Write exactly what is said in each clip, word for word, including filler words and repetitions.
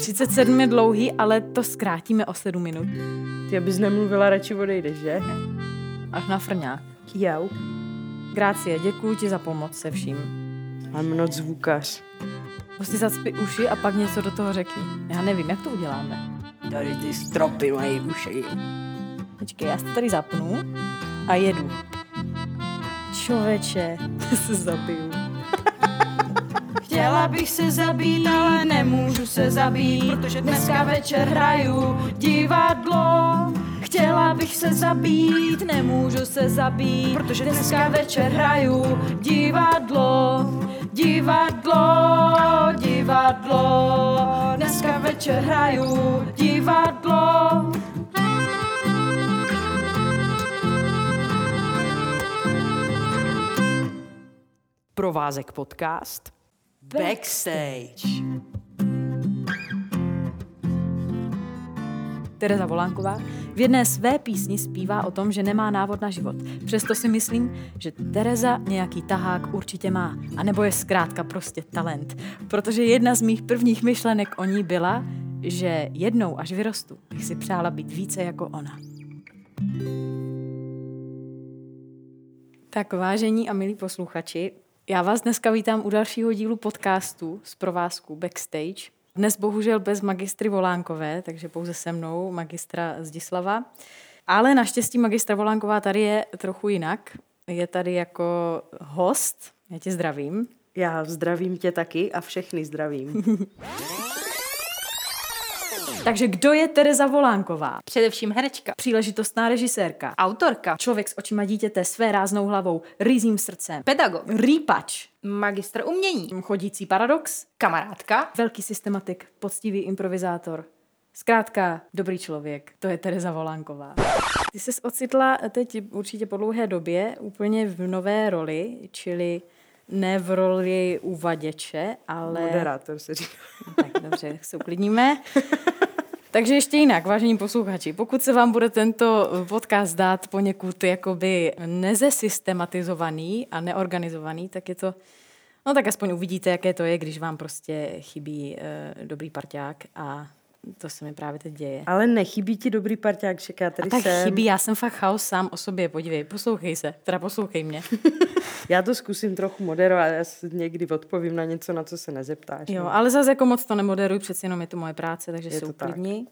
třicet sedm je dlouhý, ale to zkrátíme o sedm minut. Ty abys nemluvila, radši odejdeš, že? Až na frňák. Jau. Grácie, děkuji ti za pomoc se vším. Mám noc zvukař. Prostě zacpi uši a pak něco do toho řekni. Já nevím, jak to uděláme. Tady ty stropy mají uši. Počkej, já se tady zapnu a jedu. Člověče, se zabiju. Chtěla bych se zabít, ale nemůžu se zabít, protože dneska večer hraju divadlo. Chtěla bych se zabít, nemůžu se zabít, protože dneska večer hraju divadlo. Divadlo, divadlo, dneska večer hraju divadlo. Provázek podcast Backstage. Tereza Volánková v jedné své písni zpívá o tom, že nemá návod na život. Přesto si myslím, že Tereza nějaký tahák určitě má. A nebo je zkrátka prostě talent. Protože jedna z mých prvních myšlenek o ní byla, že jednou, až vyrostu, bych si přála být více jako ona. Tak vážení a milí posluchači, já vás dneska vítám u dalšího dílu podcastu z provázku Backstage. Dnes bohužel bez magistry Volánkové, takže pouze se mnou, magistra Zdislava. Ale naštěstí magistra Volánková tady je trochu jinak. Je tady jako host. Já tě zdravím. Já zdravím tě taky a všechny zdravím. Takže kdo je Tereza Volánková? Především herečka, Příležitostná režisérka. autorka, Člověk s očima dítěte, své ráznou hlavou, rýzím srdcem. pedagog, Rýpač. magistr umění, Chodící paradox. kamarádka, Velký systematik, poctivý improvizátor. Zkrátka, dobrý člověk. To je Tereza Volánková. Ty ses ocitla teď určitě po dlouhé době úplně v nové roli, čili ne v roli uvaděče, ale... Moderátor se říká. Tak dobře, tak se uklidníme. Takže ještě jinak, vážení posluchači, pokud se vám bude tento podcast zdát poněkud jakoby nezesystematizovaný a neorganizovaný, tak je to, no tak aspoň uvidíte, jaké to je, když vám prostě chybí e, dobrý parťák a to se mi právě teď děje. Ale nechybí ti dobrý parťák, však já tady A tak jsem. chybí, já jsem fakt chaos sám o sobě, podívej, poslouchej se, teda poslouchej mě. Já to zkusím trochu moderovat, já si někdy odpovím na něco, na co se nezeptáš. Jo, no. ale zase jako moc to nemoderuj, přeci jenom je to moje práce, takže Je se to tak. uklidni.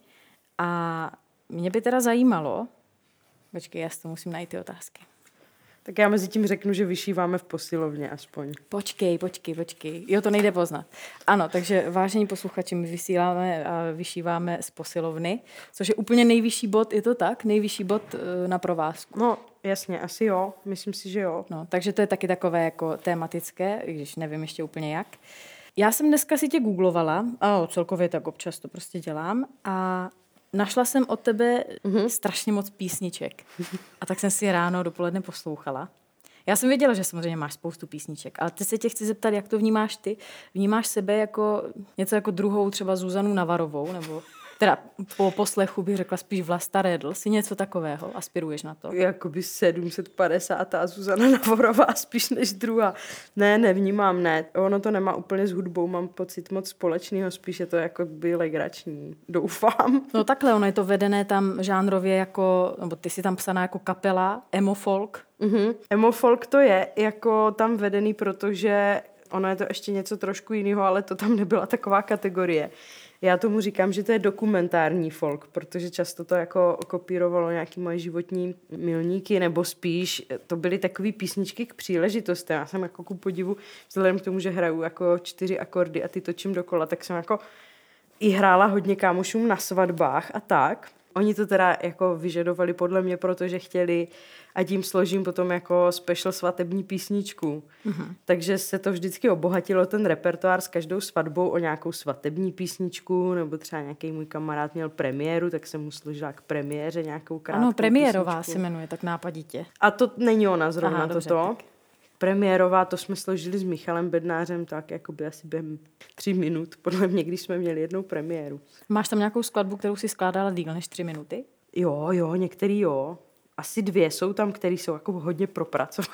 A mě by teda zajímalo, počkej, já si to musím najít ty otázky. Tak já mezi tím řeknu, že vyšíváme v posilovně aspoň. Počkej, počkej, počkej. Jo, to nejde poznat. Ano, takže vážení posluchači, my vysíláme a vyšíváme z posilovny, což je úplně nejvyšší bod, je to tak? Nejvyšší bod e, na provázku. No, jasně, asi jo, myslím si, že jo. No, takže to je taky takové jako tematické, i když nevím ještě úplně jak. Já jsem dneska si tě googlovala, a celkově tak občas to prostě dělám, a našla jsem od tebe mm-hmm. strašně moc písniček. A tak jsem si je ráno dopoledne poslouchala. Já jsem věděla, že samozřejmě máš spoustu písniček, ale teď se tě chci zeptat, jak to vnímáš ty? Vnímáš sebe jako něco jako druhou třeba Zuzanu Navarovou, nebo teda po poslechu bych řekla spíš Vlasta Redl, si něco takového, aspiruješ na to? Jakoby sedm set padesát a Zuzana Navorová spíš než druhá. Ne, nevnímám, ne. Ono to nemá úplně s hudbou, mám pocit moc společného, spíš je to jako by legrační. Doufám. No takhle, ono je to vedené tam žánrově jako, nebo ty si tam psaná jako kapela, emo folk. Mhm. Emo folk to je jako tam vedený, protože ono je to ještě něco trošku jiného, ale to tam nebyla taková kategorie. Já tomu říkám, že to je dokumentární folk, protože často to jako kopírovalo nějaký moje životní milníky, nebo spíš to byly takové písničky k příležitostem. Já jsem jako ku podivu, vzhledem k tomu, že hraju jako čtyři akordy a ty točím dokola, tak jsem jako i hrála hodně kámošům na svatbách a tak. Oni to teda jako vyžadovali podle mě, protože chtěli, a tím složím potom jako special svatební písničku. Mm-hmm. Takže se to vždycky obohatilo ten repertoár s každou svatbou o nějakou svatební písničku, nebo třeba nějaký můj kamarád měl premiéru, tak jsem mu složila k premiéře nějakou krátkou Ano, premiérová písničku. se jmenuje, tak nápaditě. A to není ona zrovna. Aha, dobře, toto. tak. Premiérová, to jsme složili s Michalem Bednářem tak jakoby asi během tři minut, podle mě, když jsme měli jednou premiéru. Máš tam nějakou skladbu, kterou si skládala díl než tři minuty? Jo, jo, některý jo. Asi dvě jsou tam, které jsou jako hodně propracované.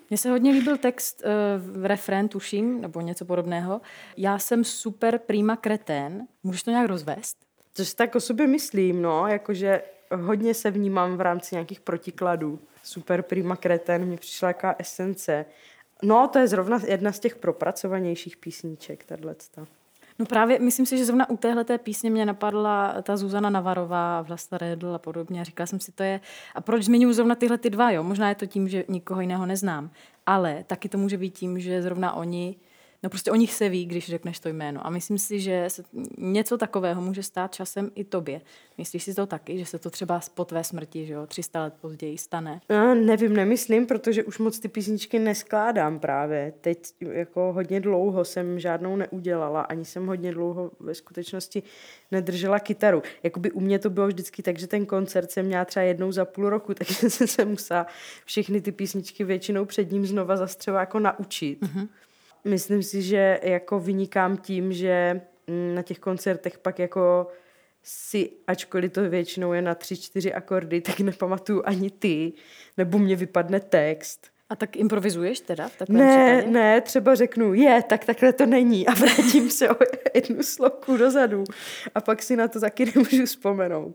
Mně se hodně líbil text v uh, refrén, tuším, nebo něco podobného. Já jsem super prima kretén. Můžeš to nějak rozvést? To si tak o sobě myslím, no, jakože hodně se vnímám v rámci nějakých protikladů. Super prima kretén, mně přišla jaká esence. No, to je zrovna jedna z těch propracovanějších písniček, tato. No právě, myslím si, že zrovna u téhleté písně mě napadla ta Zuzana Navarová, Vlasta Redl a podobně. A říkala jsem si, to je... A proč zmiňuji zrovna tyhle ty dva, jo? Možná je to tím, že nikoho jiného neznám. Ale taky to může být tím, že zrovna oni... No prostě o nich se ví, když řekneš to jméno. A myslím si, že se něco takového může stát časem i tobě. Myslíš si to taky, že se to třeba po tvé smrti, že jo, tři sta let později stane? No, nevím, nemyslím, protože už moc ty písničky neskládám právě. Teď jako hodně dlouho jsem žádnou neudělala, ani jsem hodně dlouho ve skutečnosti nedržela kytaru. Jakoby u mě to bylo vždycky tak, že ten koncert jsem měla třeba jednou za půl roku, takže jsem se musela všechny ty písničky většinou před ním znova zase třeba jako naučit. Mm-hmm. Myslím si, že jako vynikám tím, že na těch koncertech pak jako si, ačkoliv to většinou je na tři, čtyři akordy, tak nepamatuju ani ty, nebo mě vypadne text. A tak improvizuješ teda v takovém Ne, případě? ne, třeba řeknu, je, tak takhle to není a vrátím se o jednu sloku dozadu a pak si na to taky nemůžu vzpomenout.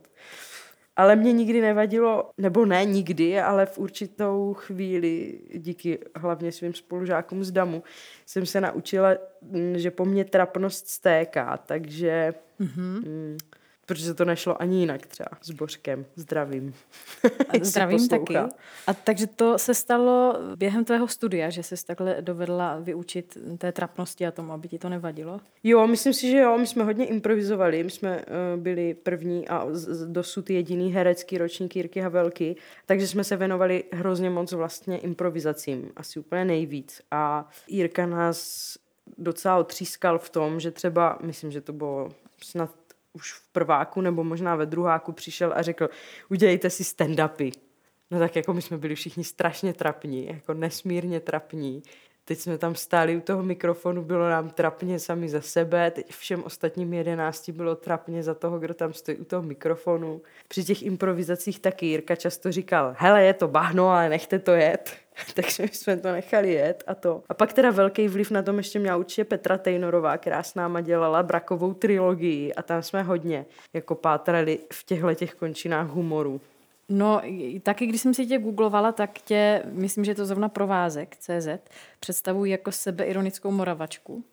Ale mě nikdy nevadilo, nebo ne nikdy, ale v určitou chvíli, díky hlavně svým spolužákům z damu, jsem se naučila, že po mně trapnost stéká, takže... Mm-hmm. Mm, protože to nešlo ani jinak třeba s Bořkem. Zdravím. Zdravím taky. A takže to se stalo během tvého studia, že jsi takhle dovedla vyučit té trapnosti a tomu, aby ti to nevadilo? Jo, myslím si, že jo. My jsme hodně improvizovali. My jsme uh, byli první a dosud jediný herecký ročník Jirky Havelky, takže jsme se věnovali hrozně moc vlastně improvizacím. Asi úplně nejvíc. A Jirka nás docela otřískal v tom, že třeba, myslím, že to bylo snad už v prváku nebo možná ve druháku přišel a řekl, udělejte si stand-upy. No tak jako my jsme byli všichni strašně trapní, jako nesmírně trapní. Teď jsme tam stáli u toho mikrofonu, bylo nám trapně sami za sebe, teď všem ostatním jedenácti bylo trapně za toho, kdo tam stojí u toho mikrofonu. Při těch improvizacích taky Jirka často říkal, hele, je to bahno, ale nechte to jet. Takže jsme to nechali jet a to. A pak teda velký vliv na tom ještě měla určitě Petra Tejnorová, která s náma dělala Brakovou trilogii a tam jsme hodně jako pátrali v těchto těch končinách humoru. No, taky když jsem si tě googlovala, tak tě, myslím, že je to zrovna Provázek tečka cé zet, představují jako sebeironickou Moravačku.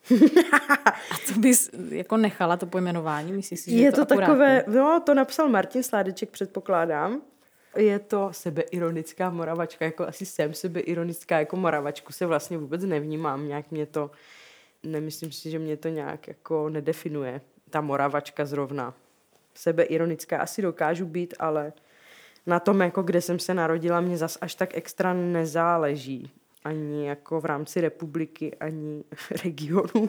A to bys jako nechala to pojmenování? Myslíš si, že je to, to akurátní? takové, no to napsal Martin Sládeček, předpokládám. Je to sebeironická Moravačka, jako asi jsem sebeironická, jako Moravačku se vlastně vůbec nevnímám, nějak mě to, nemyslím si, že mě to nějak jako nedefinuje, ta Moravačka zrovna. Sebeironická asi dokážu být, ale na tom, jako kde jsem se narodila, mě zas až tak extra nezáleží. Ani jako v rámci republiky, ani regionu.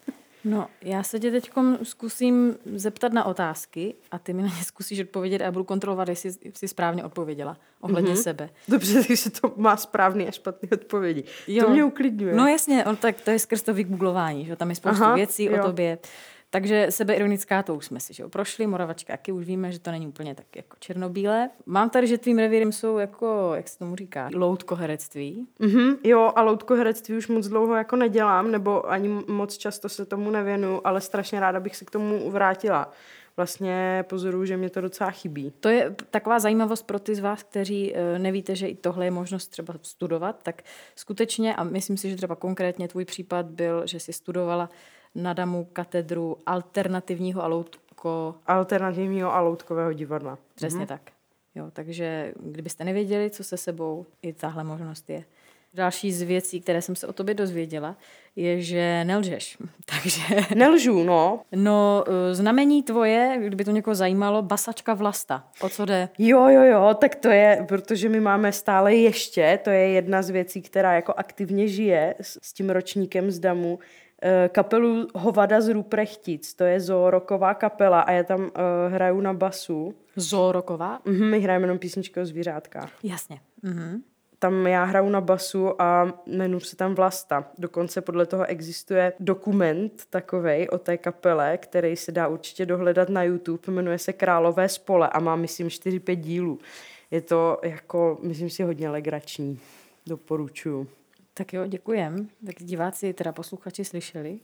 No, já se tě teď zkusím zeptat na otázky a ty mi na ně zkusíš odpovědět a já budu kontrolovat, jestli jsi správně odpověděla ohledně mm-hmm. sebe. Dobře, takže to má správný a špatný odpovědi. Jo. To mě uklidňuje. No jasně, on, tak to je skrz to vygooglování, že tam je spoustu Aha, věcí jo. o tobě. Takže sebeironická, to už jsme si že jo, prošli, Moravačka, taky už víme, že to není úplně tak jako černobílé. Mám tady, že tvým revírem jsou jako, jak se tomu říká, loutkoherectví. Mm-hmm, jo, a loutkoherectví už moc dlouho jako nedělám, nebo ani moc často se tomu nevěnuju, ale strašně ráda bych se k tomu vrátila. Vlastně pozoruju, že mě to docela chybí. To je taková zajímavost pro ty z vás, kteří nevíte, že i tohle je možnost třeba studovat, tak skutečně, a myslím si, že třeba konkrétně tvůj případ byl, že jsi studovala na damu katedru alternativního a loutko... Alternativního a loutkového divadla. Přesně mhm. tak. Jo, takže kdybyste nevěděli, co se sebou, i tahle možnost je. Další z věcí, které jsem se o tobě dozvěděla, je, že nelžeš. Takže... Nelžu, no. No, znamení tvoje, kdyby to někoho zajímalo, basačka Vlasta. O co jde? Jo, jo, jo, tak to je, protože my máme stále ještě, to je jedna z věcí, která jako aktivně žije s, s tím ročníkem z damu, kapelu Hovada z Ruprechtic, to je zooroková kapela a já tam uh, hraju na basu. Zooroková? Mhm, my hrajeme jenom písničky o zvířátkách. Jasně. Mhm. Tam já hraju na basu a jmenuji se tam Vlasta. Dokonce podle toho existuje dokument takovej o té kapele, který se dá určitě dohledat na YouTube, jmenuje se Králové spole a má, myslím, čtyři pět dílů. Je to jako, myslím si, hodně legrační. Doporučuju. Tak jo, děkujem. Tak diváci, teda posluchači slyšeli.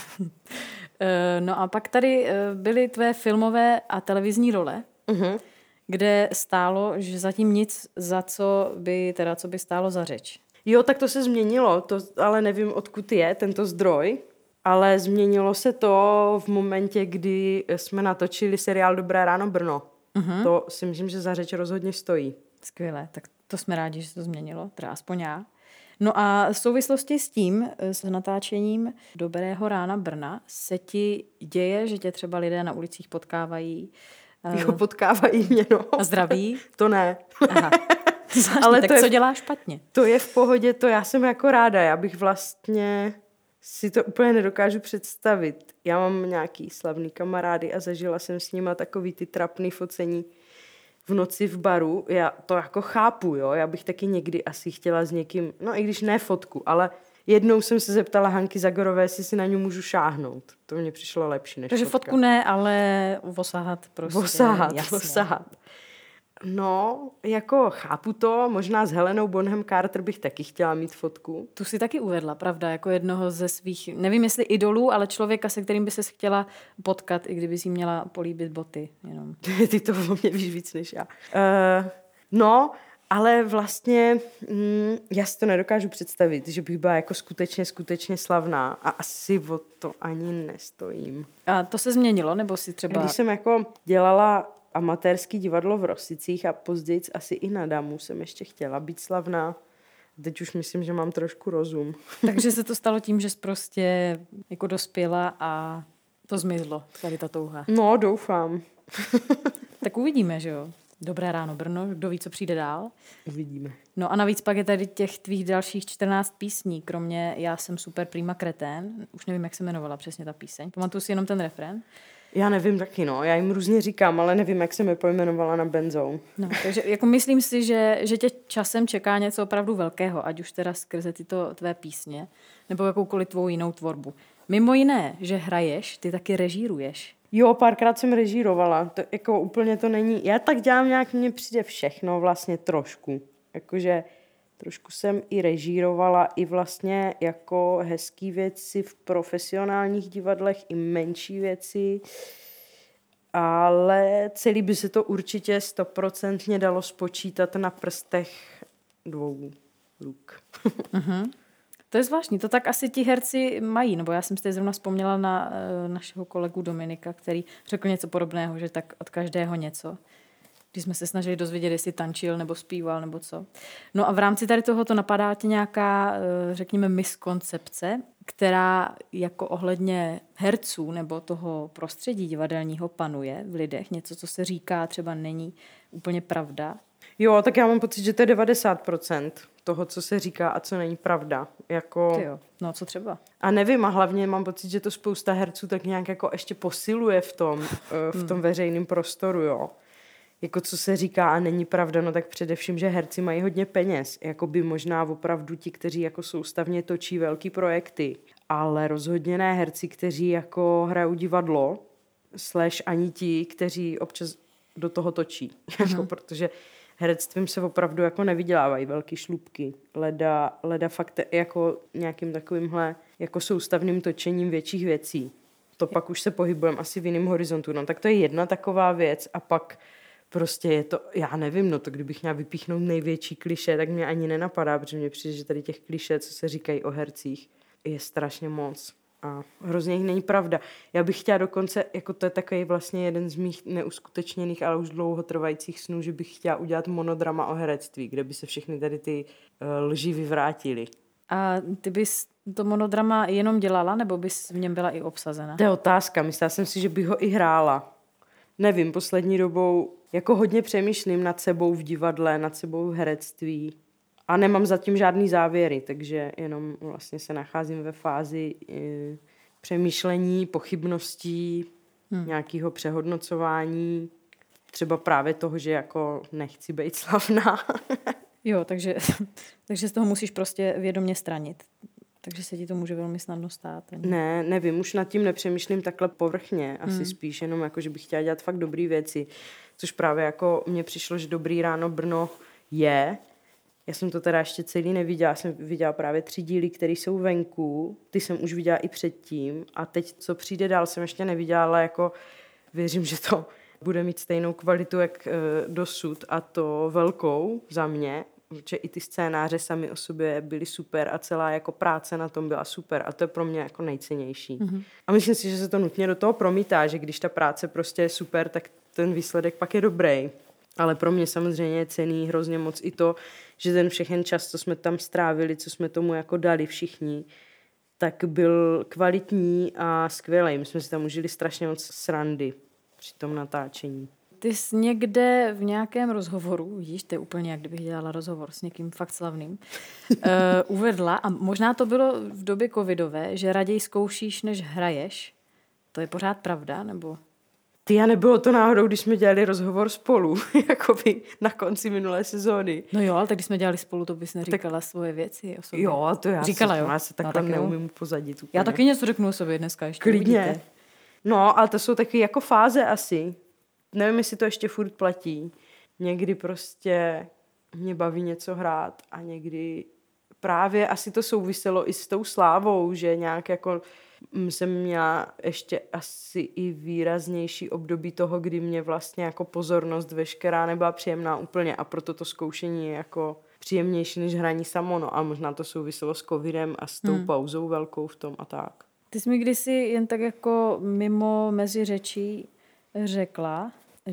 No a pak tady byly tvé filmové a televizní role, uh-huh. kde stálo, že zatím nic, za co by, teda co by stálo za řeč. Jo, tak to se změnilo, to, ale nevím, odkud je tento zdroj, ale změnilo se to v momentě, kdy jsme natočili seriál Dobré ráno Brno. Uh-huh. To si myslím, že za řeč rozhodně stojí. Skvěle, tak to jsme rádi, že se to změnilo, teda aspoň já. No a v souvislosti s tím, s natáčením Dobrého rána Brna, se ti děje, že tě třeba lidé na ulicích potkávají? Jo, potkávají mě, no. A zdraví? To ne. Aha. Zvláštní, ale tak to co je, děláš špatně? To je v pohodě, to já jsem jako ráda, já bych vlastně si to úplně nedokážu představit. Já mám nějaký slavný kamarády a zažila jsem s nima takový ty trapný focení v noci v baru. Já to jako chápu, jo, já bych taky někdy asi chtěla s někým, no i když ne fotku, ale jednou jsem se zeptala Hanky Zagorové, jestli si na ní můžu šáhnout. To mně přišlo lepší než Takže fotka. Fotku ne, ale vosahat prostě. Vosahat, jasně. vosahat. No, jako chápu to, možná s Helenou Bonham Carter bych taky chtěla mít fotku. Tu si taky uvedla, pravda, jako jednoho ze svých, nevím jestli idolů, ale člověka, se kterým by ses chtěla potkat, i kdyby si měla políbit boty. Jenom. Ty to o mě víš víc než já. Uh, no, ale vlastně mm, já si to nedokážu představit, že bych byla jako skutečně, skutečně slavná a asi o to ani nestojím. A to se změnilo, nebo si třeba... Když jsem jako dělala amatérský divadlo v Rosicích a později asi i na Damu jsem ještě chtěla být slavná. Teď už myslím, že mám trošku rozum. Takže se to stalo tím, že jsi prostě jako dospěla a to zmizlo, tady ta touha. No, doufám. Tak uvidíme, že jo? Dobré ráno Brno, kdo ví, co přijde dál. Uvidíme. No a navíc pak je tady těch tvých dalších čtrnáct písní, kromě Já jsem super prima kretén. Už nevím, jak se jmenovala přesně ta píseň. Pamatuju si jenom ten refrén. Já nevím taky, no. Já jim různě říkám, ale nevím, jak jsem je pojmenovala na Benzou. No, takže jako myslím si, že, že tě časem čeká něco opravdu velkého, ať už teda skrze tyto tvé písně, nebo jakoukoliv tvou jinou tvorbu. Mimo jiné, že hraješ, ty taky režíruješ. Jo, párkrát jsem režírovala. To, jako úplně to není... Já tak dělám nějak, mně přijde všechno vlastně trošku. Jakože trošku jsem i režírovala, i vlastně jako hezký věci v profesionálních divadlech, i menší věci. Ale celý by se to určitě stoprocentně dalo spočítat na prstech dvou ruk. Uh-huh. To je zvláštní, to tak asi ti herci mají, nebo já jsem si zrovna vzpomněla na uh, našeho kolegu Dominika, který řekl něco podobného, že tak od každého něco. Když jsme se snažili dozvědět, jestli tančil nebo zpíval nebo co. No a v rámci tady tohoto napadá tě nějaká, uh, řekněme, miskoncepce, která jako ohledně herců nebo toho prostředí divadelního panuje v lidech, něco, co se říká, třeba není úplně pravda. Jo, tak já mám pocit, že to je devadesát procent toho, co se říká a co není pravda. Jako... Ty jo, no co třeba? A nevím, a hlavně mám pocit, že to spousta herců tak nějak jako ještě posiluje v tom, v tom veřejném prostoru, jo. Jako co se říká a není pravda, no tak především, že herci mají hodně peněz. Jakoby možná opravdu ti, kteří jako soustavně točí velký projekty, ale rozhodně ne herci, kteří jako hrajou divadlo, slash ani ti, kteří občas do toho točí. Uh-huh. Jako, protože herectvím se opravdu jako nevydělávají velký šlupky. Leda, leda fakt jako nějakým takovýmhle jako soustavným točením větších věcí. To pak už se pohybujeme asi v jiném horizontu. No tak to je jedna taková věc a pak prostě je to, já nevím, no to kdybych měla vypíchnout největší klišé, tak mě ani nenapadá, protože mě přijde, že tady těch klišé, co se říkají o hercích, je strašně moc. A hrozně jich není pravda. Já bych chtěla dokonce, jako to je takový vlastně jeden z mých neuskutečněných, ale už dlouhotrvajících snů, že bych chtěla udělat monodrama o herectví, kde by se všechny tady ty uh, lži vyvrátily. A ty bys to monodrama jenom dělala, nebo bys v něm byla i obsazena? To je otázka. Myslela jsem si, že bych ho i hrála. Nevím, poslední dobou jako hodně přemýšlím nad sebou v divadle, nad sebou v herectví. A nemám zatím žádný závěry, takže jenom vlastně se nacházím ve fázi e, přemýšlení, pochybností, hmm. nějakého přehodnocování, třeba právě toho, že jako nechci být slavná. Jo, takže, takže z toho musíš prostě vědomě stranit. Takže se ti to může velmi snadno stát. Ne, nevím, už nad tím nepřemýšlím takhle povrchně, asi hmm. spíš jenom jako, že bych chtěla dělat fakt dobrý věci, což právě jako mně přišlo, že Dobrý ráno Brno je, Já jsem to teda ještě celý neviděla, jsem viděla právě tři díly, které jsou venku, ty jsem už viděla i předtím a teď, co přijde dál, jsem ještě neviděla, ale jako věřím, že to bude mít stejnou kvalitu, jak e, dosud a to velkou za mě, že i ty scénáře sami o sobě byly super a celá jako práce na tom byla super a to je pro mě jako nejcennější. Mm-hmm. A myslím si, že se to nutně do toho promítá, že když ta práce prostě je super, tak ten výsledek pak je dobrý. Ale pro mě samozřejmě je cenný hrozně moc i to, že ten všechen čas, co jsme tam strávili, co jsme tomu jako dali všichni, tak byl kvalitní a skvělý. My jsme si tam užili strašně moc srandy při tom natáčení. Ty jsi někde v nějakém rozhovoru, vidíš, to je úplně jak kdybych dělala rozhovor s někým fakt slavným, uh, uvedla, a možná to bylo v době covidové, že raději zkoušíš, než hraješ. To je pořád pravda, nebo... Ty, a nebylo to náhodou, když jsme dělali rozhovor spolu, jakoby na konci minulé sezóny. No jo, ale tak když jsme dělali spolu, to bys neříkala tak... svoje věci o sobě. Jo, to já Říkala, se, jo? já se takhle no, tak neumím pozadit úplně. Já taky něco řeknu o sobě dneska ještě. Klidně. Uvidíte. No, ale to jsou taky jako fáze asi. Nevím, jestli to ještě furt platí. Někdy prostě mě baví něco hrát a někdy právě asi to souviselo i s tou slávou, že nějak jako jsem měla ještě asi i výraznější období toho, kdy mě vlastně jako pozornost veškerá nebyla příjemná úplně a proto to zkoušení je jako příjemnější než hraní samo, no a možná to souviselo s covidem a s tou hmm. pauzou velkou v tom a tak. Ty jsi mi kdysi jen tak jako mimo mezi řečí řekla,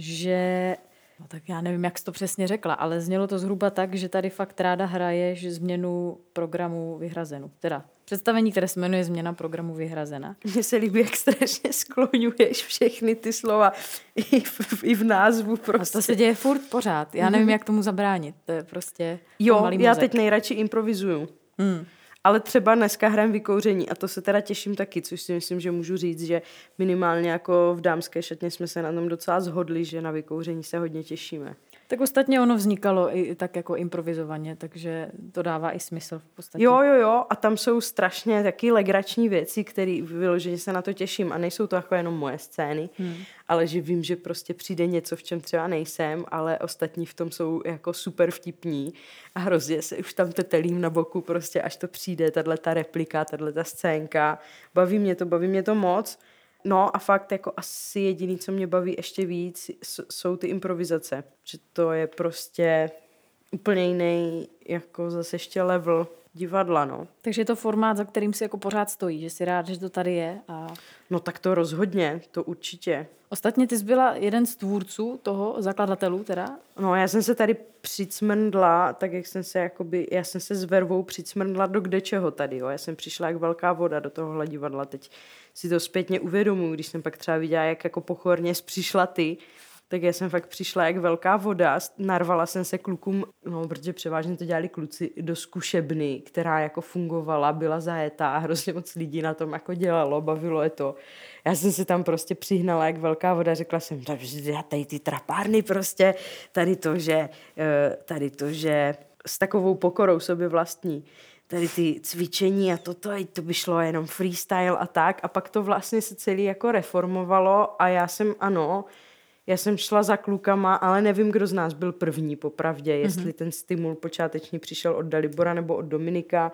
že, no tak já nevím, jak jsi to přesně řekla, ale znělo to zhruba tak, že tady fakt ráda hraješ změnu programu Vyhrazenu. Teda představení, které se jmenuje Změna programu Vyhrazena. Mně se líbí, jak strašně skloňuješ všechny ty slova i v, i v názvu prostě. A to se děje furt pořád. Já nevím, jak tomu zabránit. To je prostě jo, malý já mozek. teď nejradši improvizuju. Hmm. Ale třeba dneska hrajem vykouření a to se teda těším taky, což si myslím, že můžu říct, že minimálně jako v dámské šatně jsme se na tom docela shodli, že na vykouření se hodně těšíme. Tak ostatně ono vznikalo i tak jako improvizovaně, takže to dává i smysl v podstatě. Jo, jo, jo a tam jsou strašně taky legrační věci, které vyloženě se na to těším a nejsou to jako jenom moje scény, hmm. ale že vím, že prostě přijde něco, v čem třeba nejsem, ale ostatní v tom jsou jako super vtipní a hrozně se už tam tetelím na boku prostě, až to přijde, tato replika, tato scénka. Baví mě to, baví mě to moc. No a fakt jako asi jediný, co mě baví ještě víc, jsou ty improvizace. Že to je prostě úplně jiný, jako zase ještě level divadla, no. Takže je to formát, za kterým si jako pořád stojí, že si rád, že to tady je. A... No tak to rozhodně, to určitě. Ostatně ty jsi byla jeden z tvůrců toho, zakladatelů teda? No já jsem se tady přicmrndla, tak jak jsem se jakoby, já jsem se s Vervou přicmrndla do kdečeho tady, jo. Já jsem přišla jak velká voda do tohohle divadla, teď si to zpětně uvědomuji, když jsem pak třeba viděla, jak jako pochorně jsi přišla ty, tak já jsem fakt přišla jak velká voda, narvala jsem se klukům, no protože převážně to dělali kluci, do zkušebny, která jako fungovala, byla zajetá, hrozně moc lidí na tom jako dělalo, bavilo je to. Já jsem se tam prostě přihnala jak velká voda, řekla jsem, tady ty trapárny prostě, tady to, že, tady to, že s takovou pokorou sobě vlastní, tady ty cvičení a toto, to by šlo jenom freestyle a tak a pak to vlastně se celý jako reformovalo a já jsem, ano, já jsem šla za klukama, ale nevím, kdo z nás byl první popravdě, jestli mm-hmm. ten stimul počáteční přišel od Dalibora nebo od Dominika,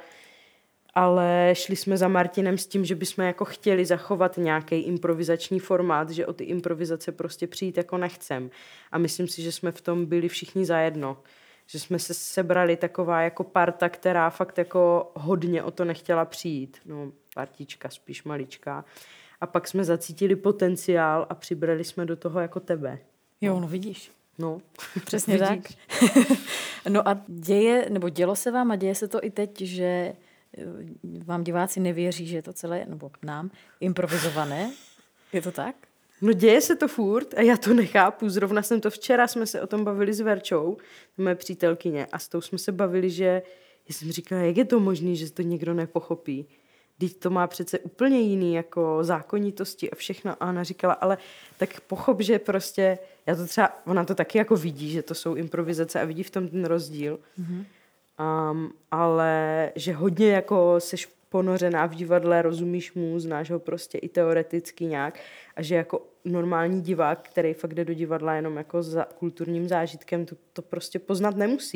ale šli jsme za Martinem s tím, že bychom jako chtěli zachovat nějaký improvizační formát, že o ty improvizace prostě přijít jako nechcem. A myslím si, že jsme v tom byli všichni zajedno. Že jsme se sebrali taková jako parta, která fakt jako hodně o to nechtěla přijít. No, partička, spíš maličká. A pak jsme zacítili potenciál a přibrali jsme do toho jako tebe. Jo, no vidíš. No, přesně tak. No a děje, nebo dělo se vám a děje se to i teď, že vám diváci nevěří, že je to celé, nebo nám, improvizované? Je to tak? No děje se to furt a já to nechápu. Zrovna jsem to včera, jsme se o tom bavili s Verčou, moje přítelkyně, a s tou jsme se bavili, že já jsem říkala, jak je to možné, že to někdo nepochopí. Teď to má přece úplně jiný jako zákonitosti a všechno. A ona říkala, ale tak pochop, že prostě, já to třeba, ona to taky jako vidí, že to jsou improvizace a vidí v tom ten rozdíl. Mm-hmm. Um, ale že hodně jako seš ponořená v divadle, rozumíš mu, znáš ho prostě i teoreticky nějak a že jako normální divák, který fakt jde do divadla jenom jako za kulturním zážitkem, to, to prostě poznat nemusí.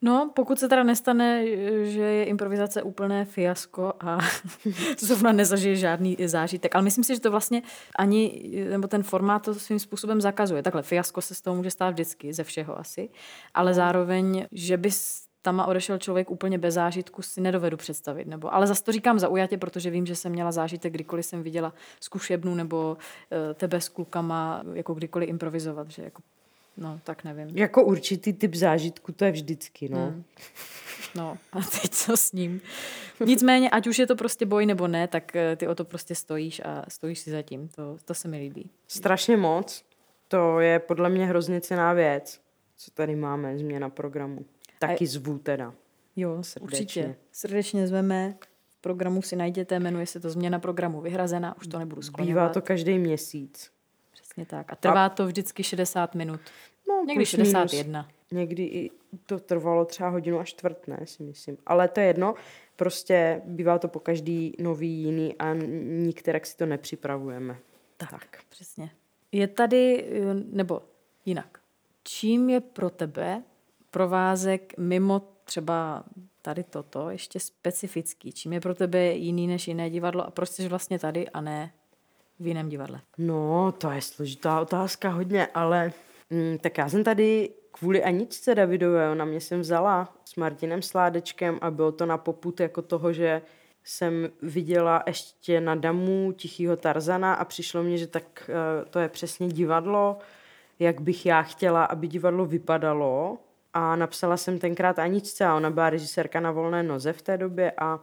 No, pokud se teda nestane, že je improvizace úplné fiasko a zrovna nezažije žádný zážitek. Ale myslím si, že to vlastně ani, nebo ten formát to svým způsobem zakazuje. Takhle, fiasko se z toho může stát vždycky, ze všeho asi. Ale zároveň, že bys tam odešel člověk úplně bez zážitku, si nedovedu představit. Nebo, ale zase to říkám zaujatě, protože vím, že jsem měla zážitek, kdykoliv jsem viděla zkušebnu nebo uh, tebe s klukama, jako kdykoliv improvizovat, že jako no, tak nevím. Jako určitý typ zážitku, to je vždycky, no. Hmm. No, a teď co s ním? Nicméně, ať už je to prostě boj nebo ne, tak ty o to prostě stojíš a stojíš si za tím. To, to se mi líbí. Strašně moc. To je podle mě hrozně cenná věc, co tady máme, změna programu. Taky a... zvu teda. Jo, srdečně. Určitě. Srdečně zveme. V programu si najděte, jmenuje se to Změna programu vyhrazená, už to nebudu skloňovat. Bývá to každý měsíc. Přesně tak. A trvá a... to vždycky šedesát minut. No, někdy šedesát jedna. Někdy i to trvalo třeba hodinu a čtvrt, ne, si myslím. Ale to je jedno, prostě bývá to po každý nový jiný a nikterak si to nepřipravujeme. Tak, tak, přesně. Je tady, nebo jinak, čím je pro tebe provázek mimo třeba tady toto ještě specifický? Čím je pro tebe jiný než jiné divadlo a proč jsi vlastně tady a ne v jiném divadle? No, to je složitá otázka hodně, ale mm, tak já jsem tady kvůli Aničce Davidové, ona mě jsem vzala s Martinem Sládečkem a bylo to na popud jako toho, že jsem viděla ještě na Damu Tichýho Tarzana a přišlo mně, že tak uh, to je přesně divadlo, jak bych já chtěla, aby divadlo vypadalo. A napsala jsem tenkrát Aničce a ona byla režisérka na volné noze v té době a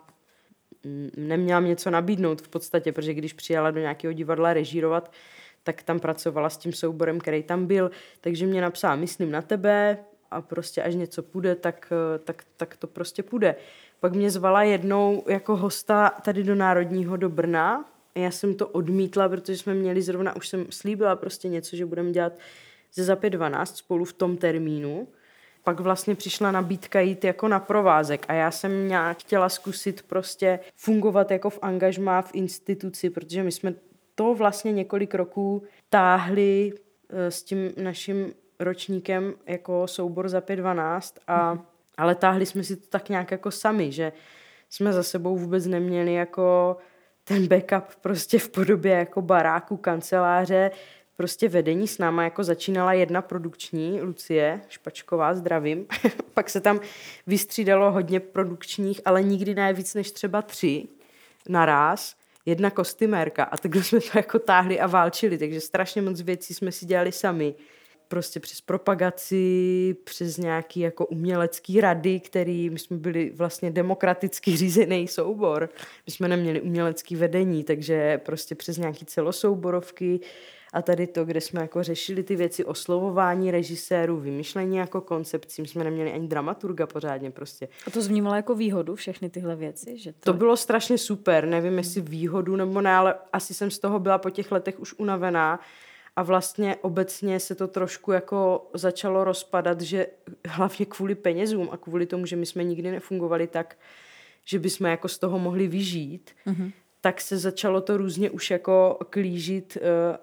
neměla mě co nabídnout v podstatě, protože když přijela do nějakého divadla režírovat, tak tam pracovala s tím souborem, který tam byl. Takže mě napsala, myslím na tebe a prostě až něco půjde, tak, tak, tak to prostě půjde. Pak mě zvala jednou jako hosta tady do Národního do Brna. Já jsem to odmítla, protože jsme měli zrovna, už jsem slíbila prostě něco, že budeme dělat ze za pět dvanáct spolu v tom termínu. Pak vlastně přišla nabídka jít jako na provázek a já jsem nějak chtěla zkusit prostě fungovat jako v angažmá v instituci, protože my jsme to vlastně několik roků táhli s tím naším ročníkem jako soubor za pět dvanáct, a, mm. ale táhli jsme si to tak nějak jako sami, že jsme za sebou vůbec neměli jako ten backup prostě v podobě jako baráku, kanceláře, prostě vedení s náma jako začínala jedna produkční, Lucie Špačková, zdravím. Pak se tam vystřídalo hodně produkčních, ale nikdy ne víc než třeba tři naráz. Jedna kostymérka a takhle jsme to jako táhli a válčili, takže strašně moc věcí jsme si dělali sami. Prostě přes propagaci, přes nějaký jako umělecký rady, který my jsme byli vlastně demokraticky řízený soubor. My jsme neměli umělecký vedení, takže prostě přes nějaký celosouborovky a tady to, kde jsme jako řešili ty věci, oslovování režisérů, vymýšlení jako koncepcí, my jsme neměli ani dramaturga pořádně prostě. A to vnímala jako výhodu všechny tyhle věci? Že to... to bylo strašně super, nevím jestli výhodu nebo ne, ale asi jsem z toho byla po těch letech už unavená a vlastně obecně se to trošku jako začalo rozpadat, že hlavně kvůli penězům a kvůli tomu, že my jsme nikdy nefungovali tak, že bychom jako z toho mohli vyžít, mm-hmm. tak se začalo to různě už jako klížit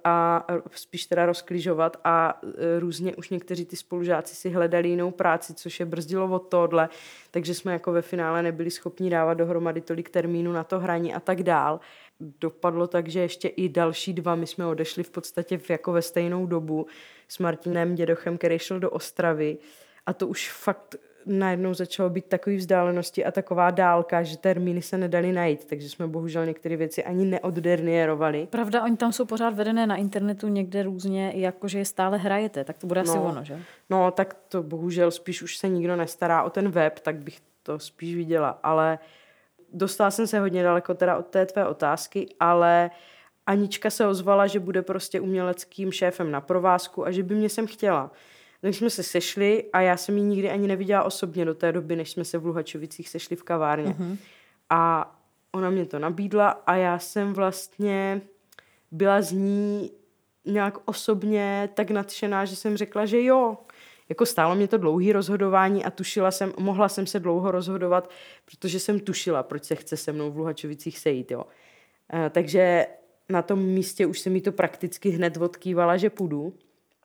a spíš teda rozklížovat a různě už někteří ty spolužáci si hledali jinou práci, což je brzdilo od tohle, takže jsme jako ve finále nebyli schopni dávat dohromady tolik termínů na to hraní a tak dál. Dopadlo tak, že ještě i další dva, my jsme odešli v podstatě v, jako ve stejnou dobu s Martinem Dědochem, který šel do Ostravy a to už fakt najednou začalo být takový vzdálenosti a taková dálka, že termíny se nedali najít, takže jsme bohužel některé věci ani neoddernierovali. Pravda, oni tam jsou pořád vedené na internetu někde různě, jakože je stále hrajete, tak to bude asi no, ono, že? No, tak to bohužel spíš už se nikdo nestará o ten web, tak bych to spíš viděla, ale dostala jsem se hodně daleko teda od té tvé otázky, ale Anička se ozvala, že bude prostě uměleckým šéfem na provázku a že by mě sem chtěla. Tak jsme se sešli a já jsem ji nikdy ani neviděla osobně do té doby, než jsme se v Luhačovicích sešli v kavárně. Uh-huh. A ona mě to nabídla a já jsem vlastně byla z ní nějak osobně tak nadšená, že jsem řekla, že jo. Jako stálo mě to dlouhý rozhodování a tušila jsem, mohla jsem se dlouho rozhodovat, protože jsem tušila, proč se chce se mnou v Luhačovicích sejít, jo. E, takže na tom místě už se mi to prakticky hned odkývala, že půjdu.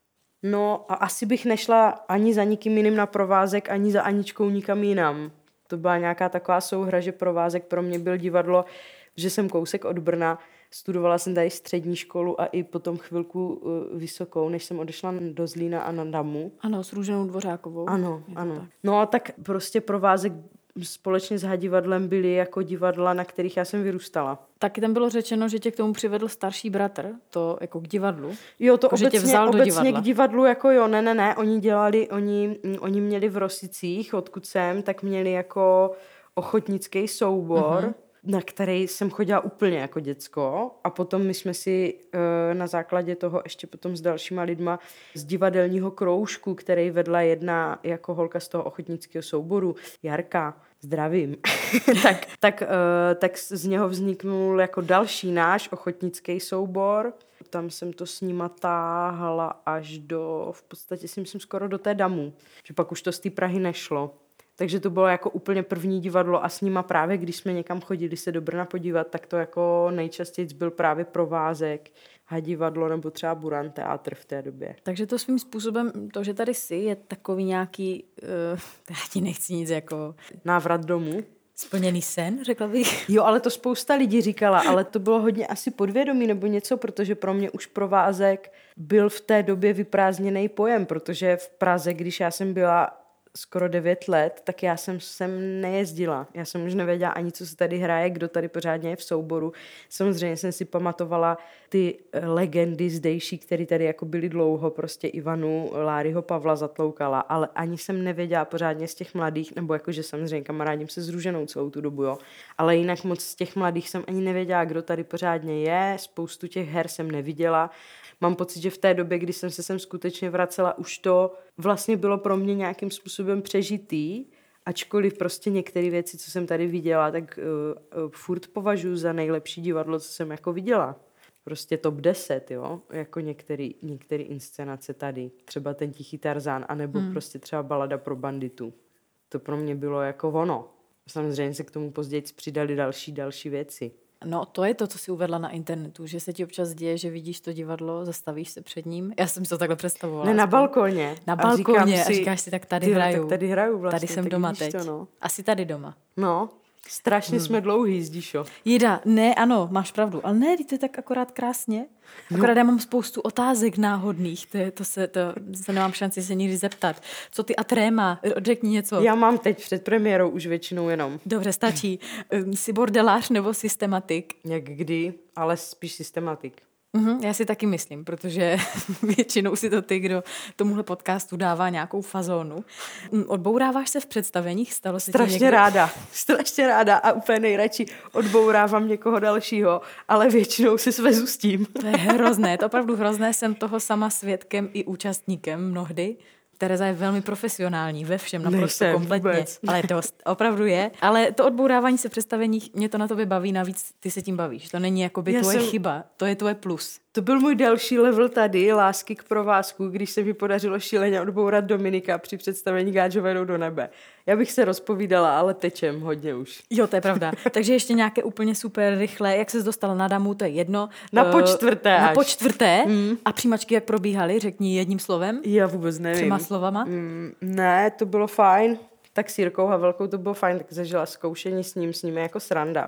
No a asi bych nešla ani za nikým jiným na provázek, ani za Aničkou nikam jinam. To byla nějaká taková souhra, že provázek pro mě byl divadlo, že jsem kousek od Brna, studovala jsem tady střední školu a i potom chvilku uh, vysokou, než jsem odešla do Zlína a na Damu. Ano, s Růženou Dvořákovou. Ano, ano. Tak. No a tak prostě provázek společně s Hadivadlem byly jako divadla, na kterých já jsem vyrůstala. Taky tam bylo řečeno, že tě k tomu přivedl starší bratr, to jako k divadlu. Jo, to jako, obecně, tě vzal obecně do divadla. K divadlu, jako jo, ne, ne, ne, oni dělali, oni, oni měli v Rosicích, odkud jsem, tak měli jako ochotnický soubor, uh-huh. na který jsem chodila úplně jako děcko a potom my jsme si e, na základě toho ještě potom s dalšíma lidma z divadelního kroužku, který vedla jedna jako holka z toho ochotnického souboru, Jarka, zdravím, tak, tak, e, tak z něho vzniknul jako další náš ochotnický soubor. Tam jsem to s nima táhala až do, v podstatě si myslím skoro do té Damu, že pak už to z té Prahy nešlo. Takže to bylo jako úplně první divadlo a s nima právě, když jsme někam chodili se do Brna podívat, tak to jako nejčastěji byl právě provázek, Hadivadlo nebo třeba Buran teátr v té době. Takže to svým způsobem, to, že tady jsi, je takový nějaký, uh, já ti nechci nic jako... Návrat domů. Splněný sen, řekla bych. Jo, ale to spousta lidí říkala, ale to bylo hodně asi podvědomí nebo něco, protože pro mě už provázek byl v té době vyprázdněný pojem, protože v Praze, když já jsem byla skoro devět let, tak já jsem sem nejezdila. Já jsem už nevěděla ani, co se tady hraje, kdo tady pořádně je v souboru. Samozřejmě jsem si pamatovala ty legendy zdejší, které tady jako byly dlouho, prostě Ivanu, Láryho Pavla Zatloukala, ale ani jsem nevěděla pořádně z těch mladých, nebo jakože samozřejmě kamarádím se s Růženou celou tu dobu, jo. Ale jinak moc z těch mladých jsem ani nevěděla, kdo tady pořádně je, spoustu těch her jsem neviděla. Mám pocit, že v té době, kdy jsem se sem skutečně vracela, už to vlastně bylo pro mě nějakým způsobem přežitý, ačkoliv prostě některé věci, co jsem tady viděla, tak uh, uh, furt považuji za nejlepší divadlo, co jsem jako viděla. Prostě top deset, jo, jako některé některé inscenace tady, třeba ten Tichý Tarzán, anebo hmm. prostě třeba Balada pro banditu. To pro mě bylo jako ono. Samozřejmě se k tomu později přidali další, další věci. No, to je to, co si uvedla na internetu, že se ti občas děje, že vidíš to divadlo, zastavíš se před ním. Já jsem si to takhle představovala. Ne, na balkoně. Na balkoně a, si, a říkáš si, tak tady tyhle, hraju. Tak tady hraju vlastně. Tady jsem doma teď. To, no. Asi tady doma. No, strašně hmm. jsme dlouhý, Zdíšo. Jida, ne, ano, máš pravdu, ale ne, to je tak akorát krásně. Akorát no. Já mám spoustu otázek náhodných, to, je, to, se, to se nemám šanci se nikdy zeptat. Co ty a tréma? Řekni něco. Já mám teď před premiérou už většinou jenom. Dobře, stačí. Jsi bordelář nebo systematik? Jak kdy, ale spíš systematik. Uhum, já si taky myslím, protože většinou si to ty, kdo tomuhle podcastu dává nějakou fazónu. Odbouráváš se v představeních? Stalo se strašně někdo... ráda, strašně ráda a úplně nejradši odbourávám někoho dalšího, ale většinou si svezu s tím. To je hrozné, to opravdu hrozné, jsem toho sama svědkem i účastníkem mnohdy. Tereza je velmi profesionální ve všem, naprosto Nejsem, kompletně. Vůbec. Ale to opravdu je. Ale to odbourávání se představeních, mě to na tobě baví, navíc ty se tím bavíš. To není jakoby Já tvoje jsem... chyba, to je tvoje plus. To byl můj další level tady, lásky k provázku, když se mi podařilo šíleně odbourat Dominika při představení Gáčové jdou do nebe. Já bych se rozpovídala, ale tečem hodně už. Jo, to je pravda. Takže ještě nějaké úplně super rychlé, jak ses dostala na Damu, to je jedno. Na počtvrté Na až. počtvrté? Mm. A přijímačky jak probíhaly? Řekni jedním slovem. Já vůbec nevím. Třema slovama? Mm, ne, to bylo fajn. Tak s Jirkou Havelkou to bylo fajn, tak zažila zkoušení s ním, s ním je jako sranda.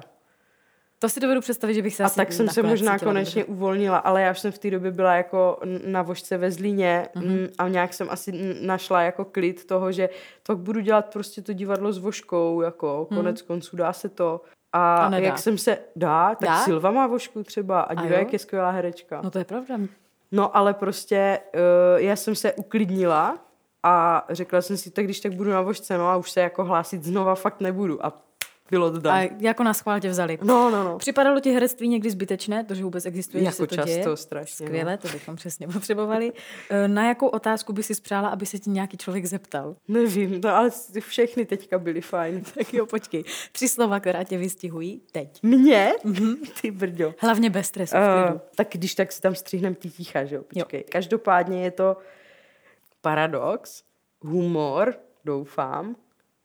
To si dovedu představit, že bych se A asi tak jsem se možná konečně dobře. uvolnila, ale já už jsem v té době byla jako na vožce ve Zlíně mm-hmm. a nějak jsem asi našla jako klid toho, že tak budu dělat prostě to divadlo s vožkou, jako konec mm. konců dá se to. A, a jak jsem se, dá, tak dá? Silva má vožku třeba a díva, jak je skvělá herečka. No to je pravda. No ale prostě uh, já jsem se uklidnila a řekla jsem si, tak když tak budu na vožce, no a už se jako hlásit znova fakt nebudu. A bylo to tam. A jako na schvál tě vzali. No, no, no. Připadalo ti herectví někdy zbytečné, to, že vůbec existuje, jako že se to často, děje? strašně. Skvěle, no. to bychom přesně potřebovali. Na jakou otázku by si spřála, aby se ti nějaký člověk zeptal? Nevím, no, ale všechny teďka byly fajn. Tak jo, počkej. Tři slova, která tě vystihují teď. Mě? Mm-hmm. Ty brďo. Hlavně bez stresu. Uh, tak když tak si tam stříhnem ty ticha, že jo? Počkej. Jo. Každopádně je to paradox, humor, doufám,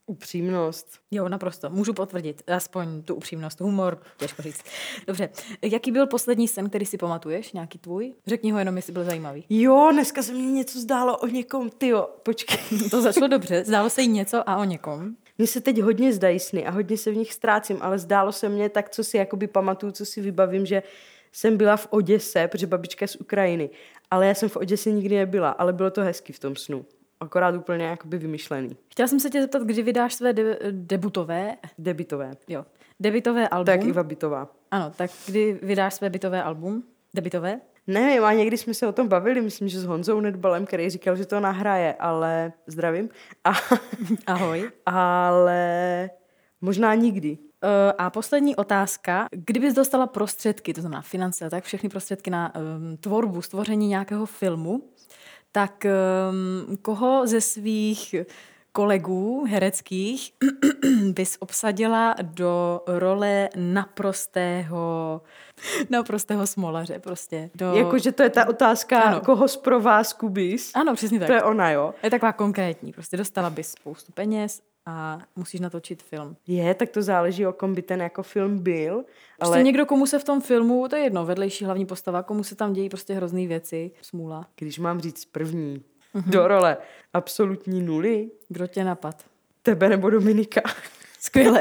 Upřímnost. Jo, naprosto. Můžu potvrdit. Aspoň tu upřímnost. Humor, těžko říct. Dobře. Jaký byl poslední sen, který si pamatuješ? Nějaký tvůj? Řekni ho jenom, jestli byl zajímavý. Jo, dneska se mi něco zdálo o někom. Tyjo, počkej. To začalo dobře. Zdálo se jí něco a o někom. Mně se teď hodně zdají sny a hodně se v nich ztrácím, ale zdálo se mně tak, co si jakoby pamatuju, co si vybavím, že jsem byla v Oděse, protože babička je z Ukrajiny, ale já jsem v Oděse nikdy nebyla, ale bylo to hezky v tom snu. Akorát úplně jakoby vymyšlený. Chtěla jsem se tě zeptat, kdy vydáš své de- debutové... Debitové. Jo. Debitové album. Tak Iva Bitová. Ano, tak kdy vydáš své bitové album? Debitové? Nevím, a někdy jsme se o tom bavili, myslím, že s Honzou Nedbalem, který říkal, že to nahraje, ale zdravím. A... Ahoj. ale možná nikdy. A poslední otázka. Kdybys dostala prostředky, to znamená finance, tak všechny prostředky na um, tvorbu, stvoření nějakého filmu, tak um, koho ze svých kolegů hereckých bys obsadila do role naprostého, naprostého smolaře prostě. Do... Jakože to je ta otázka, ano. Koho z provázku bys? Ano, přesně tak. To je ona, jo? Je taková konkrétní. Prostě dostala bys spoustu peněz a musíš natočit film. Je, tak to záleží, o kom by ten jako film byl. Ale... Prostě někdo, komu se v tom filmu, to je jedno, vedlejší hlavní postava, komu se tam dějí prostě hrozný věci, smůla. Když mám říct první mm-hmm. do role absolutní nuly. Kdo tě napad? Tebe nebo Dominika. Skvěle.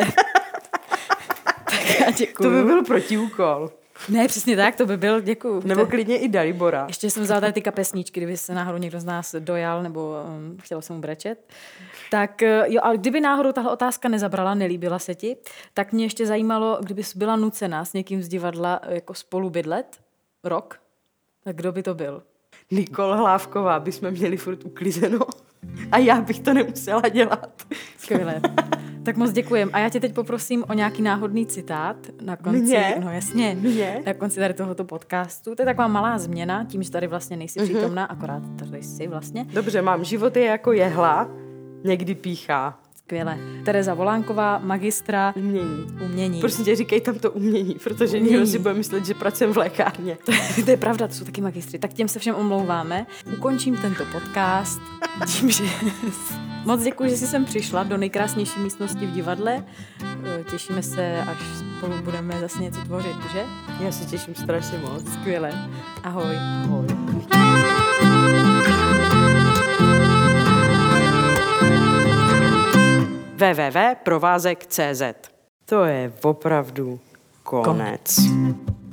Tak já děkuju. To by byl protiúkol. Ne, přesně tak, to by byl, děkuju. Nebo klidně i Dalibora. Ještě jsem vzala tady ty kapesníčky, kdyby se náhodou někdo z nás dojal, nebo um, chtěla jsem mu brečet. Tak jo, ale kdyby náhodou tahle otázka nezabrala, nelíbila se ti, tak mě ještě zajímalo, kdybys byla nucená s někým z divadla jako spolu bydlet rok, tak kdo by to byl? Nikol Hlávková, bychom měli furt uklizeno. A já bych to nemusela dělat. Skvělé. Tak moc děkujem. A já tě teď poprosím o nějaký náhodný citát na konci. Mě? No jasně. Mě? Na konci tady tohoto podcastu. To je taková malá změna, tím, že tady vlastně nejsi mm-hmm. přítomná, akorát tady jsi vlastně. Dobře, mám život je jako jehla, někdy píchá. Skvěle. Tereza Volánková, magistra umění. umění. Prosím tě, říkej tam to umění, protože umění. Někdo si bude myslet, že pracujeme v lékárně. To je pravda, to jsou taky magistry. Tak těm se všem omlouváme. Ukončím tento podcast tím, že moc děkuji, že jsi sem přišla do nejkrásnější místnosti v divadle. Těšíme se, až spolu budeme zase něco tvořit, že? Já se těším strašně moc. Skvěle. Ahoj. Ahoj. w w w tečka provázek tečka cé zet. To je opravdu konec. konec.